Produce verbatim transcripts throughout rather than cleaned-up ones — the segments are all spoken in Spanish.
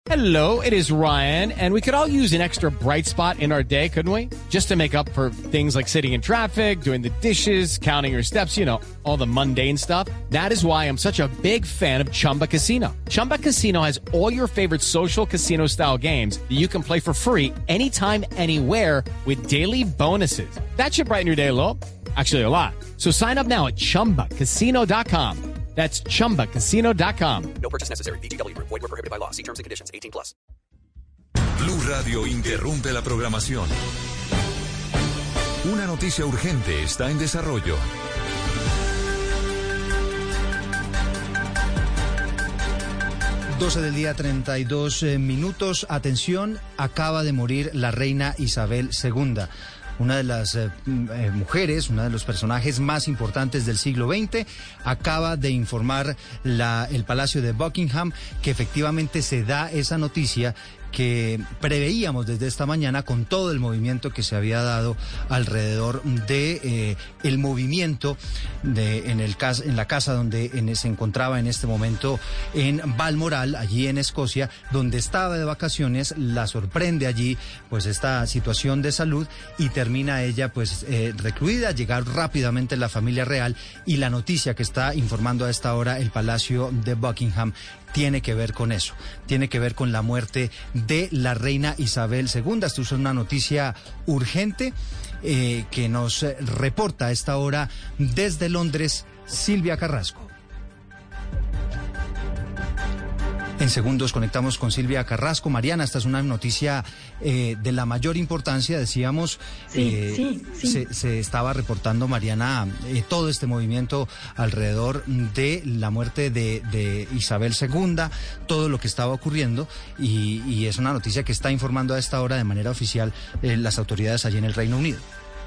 Hello, it is Ryan, and we could all use an extra bright spot in our day, couldn't we? Just to make up for things like sitting in traffic, doing the dishes, counting your steps, you know, all the mundane stuff. That is why I'm such a big fan of Chumba Casino. Chumba Casino has all your favorite social casino-style games that you can play for free anytime, anywhere with daily bonuses. That should brighten your day a little. Actually, a lot. So sign up now at chumba casino dot com. That's chumba casino dot com. No purchase necessary. V G W Group. Void where prohibited by law. See terms and conditions. eighteen plus. Blue Radio interrumpe la programación. Una noticia urgente está en desarrollo. doce del día, treinta y dos eh, minutos. Atención, acaba de morir la reina Isabel segunda. Una de las eh, eh, mujeres, una de los personajes más importantes del siglo veinte, acaba de informar la, el Palacio de Buckingham que efectivamente se da esa noticia que preveíamos desde esta mañana con todo el movimiento que se había dado alrededor de eh, el movimiento de en el cas en la casa donde en, se encontraba en este momento en Balmoral, allí en Escocia, donde estaba de vacaciones. La sorprende allí pues esta situación de salud y termina ella pues eh, recluida. Llegar rápidamente la familia real y la noticia que está informando a esta hora el Palacio de Buckingham tiene que ver con eso, tiene que ver con la muerte de la reina Isabel segunda. Esto es una noticia urgente eh, que nos eh, reporta a esta hora desde Londres Silvia Carrasco. En segundos conectamos con Silvia Carrasco. Mariana, esta es una noticia eh, de la mayor importancia, decíamos. Sí, eh, sí, sí. Se, se estaba reportando, Mariana, eh, todo este movimiento alrededor de la muerte de, de Isabel segunda, todo lo que estaba ocurriendo, y, y es una noticia que está informando a esta hora de manera oficial eh, las autoridades allí en el Reino Unido.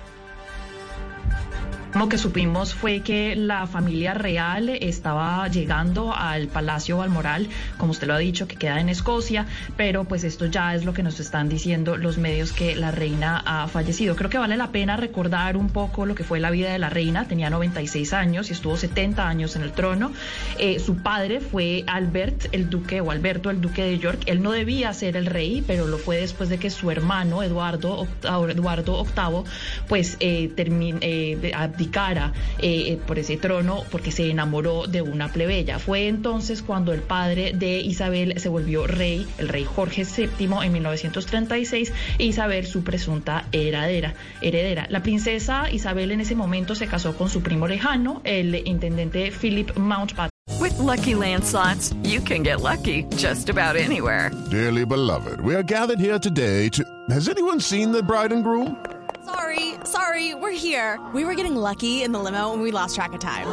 Lo que supimos fue que la familia real estaba llegando al Palacio Balmoral, como usted lo ha dicho, que queda en Escocia, pero pues esto ya es lo que nos están diciendo los medios, que la reina ha fallecido. Creo que vale la pena recordar un poco lo que fue la vida de la reina. Tenía noventa y seis años y estuvo setenta años en el trono. Eh, su padre fue Albert, el duque, o Alberto, el duque de York. Él no debía ser el rey, pero lo fue después de que su hermano, Eduardo Octavo, Eduardo octavo, pues eh, terminó eh, cara eh, por ese trono porque se enamoró de una plebeya. Fue entonces cuando el padre de Isabel se volvió rey, el rey Jorge séptimo, en mil novecientos treinta y seis, e Isabel su presunta heredera. heredera. La princesa Isabel en ese momento se casó con su primo lejano, el intendente Philip Mountbatten. With Lucky Land Slots, you can get lucky just about anywhere. Dearly beloved, we are gathered here today to... Has anyone seen the bride and groom? Sorry, sorry, we're here. We were getting lucky in the limo and we lost track of time.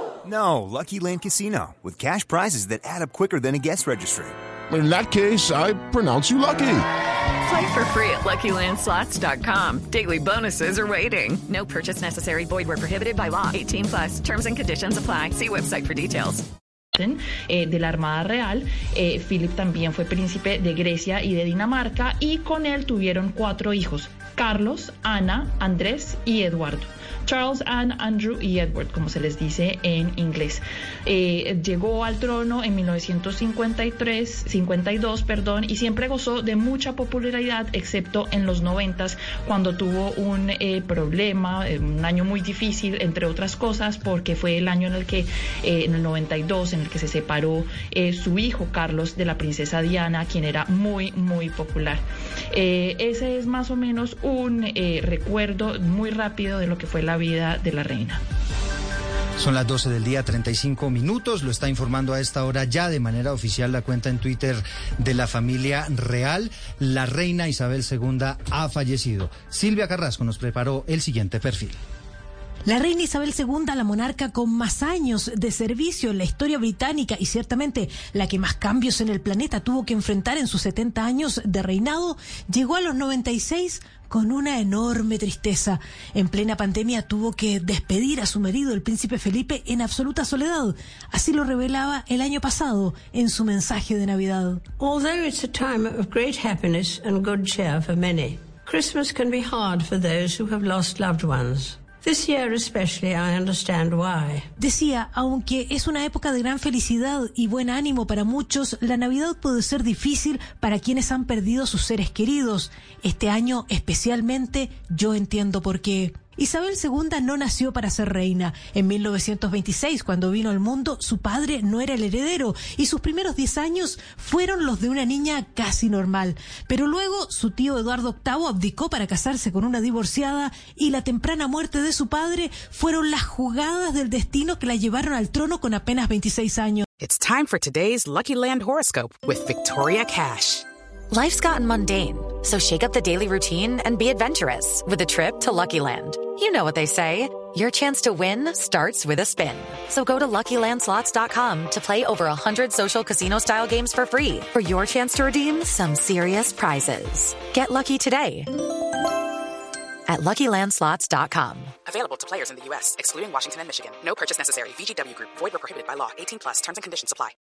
No, Lucky Land Casino, with cash prizes that add up quicker than a guest registry. In that case, I pronounce you lucky. Play for free at lucky land slots dot com. Daily bonuses are waiting. No purchase necessary. Void where prohibited by law. eighteen plus. Terms and conditions apply. See website for details. Eh, de la Armada Real. eh, Philip también fue príncipe de Grecia y de Dinamarca, y con él tuvieron cuatro hijos: Carlos, Ana, Andrés y Eduardo. Charles, Anne, Andrew y Edward, como se les dice en inglés. Eh, llegó al trono en mil novecientos cincuenta y tres, cincuenta y dos, perdón, y siempre gozó de mucha popularidad, excepto en los noventas, cuando tuvo un eh, problema, eh, un año muy difícil, entre otras cosas, porque fue el año en el que, eh, en el noventa y dos, en el que se separó eh, su hijo Carlos de la princesa Diana, quien era muy, muy popular. Eh, ese es más o menos un eh, recuerdo muy rápido de lo que fue la vida de la reina. Son las doce del día, treinta y cinco minutos. Lo está informando a esta hora ya de manera oficial la cuenta en Twitter de la familia real. La reina Isabel segunda ha fallecido. Silvia Carrasco nos preparó el siguiente perfil. La reina Isabel segunda, la monarca con más años de servicio en la historia británica y ciertamente la que más cambios en el planeta tuvo que enfrentar en sus setenta años de reinado, llegó a los noventa y seis con una enorme tristeza. En plena pandemia tuvo que despedir a su marido, el príncipe Felipe, en absoluta soledad. Así lo revelaba el año pasado en su mensaje de Navidad. Although it's a time of great happiness and good cheer for many, Christmas can be hard for those who have lost loved ones. This year especially, I understand why. Decía, aunque es una época de gran felicidad y buen ánimo para muchos, la Navidad puede ser difícil para quienes han perdido a sus seres queridos. Este año especialmente, yo entiendo por qué. Isabel segunda no nació para ser reina. En mil novecientos veintiséis, cuando vino al mundo, su padre no era el heredero y sus primeros diez años fueron los de una niña casi normal. Pero luego su tío Eduardo octavo abdicó para casarse con una divorciada y la temprana muerte de su padre fueron las jugadas del destino que la llevaron al trono con apenas veintiséis años. It's time for today's Lucky Land horoscope with Victoria Cash. Life's gotten mundane, so shake up the daily routine and be adventurous with a trip to Lucky Land. You know what they say, your chance to win starts with a spin. So go to Lucky Land Slots dot com to play over one hundred social casino-style games for free for your chance to redeem some serious prizes. Get lucky today at Lucky Land Slots dot com. Available to players in the U S, excluding Washington and Michigan. No purchase necessary. V G W Group. Void where prohibited by law. eighteen plus. Terms and conditions apply.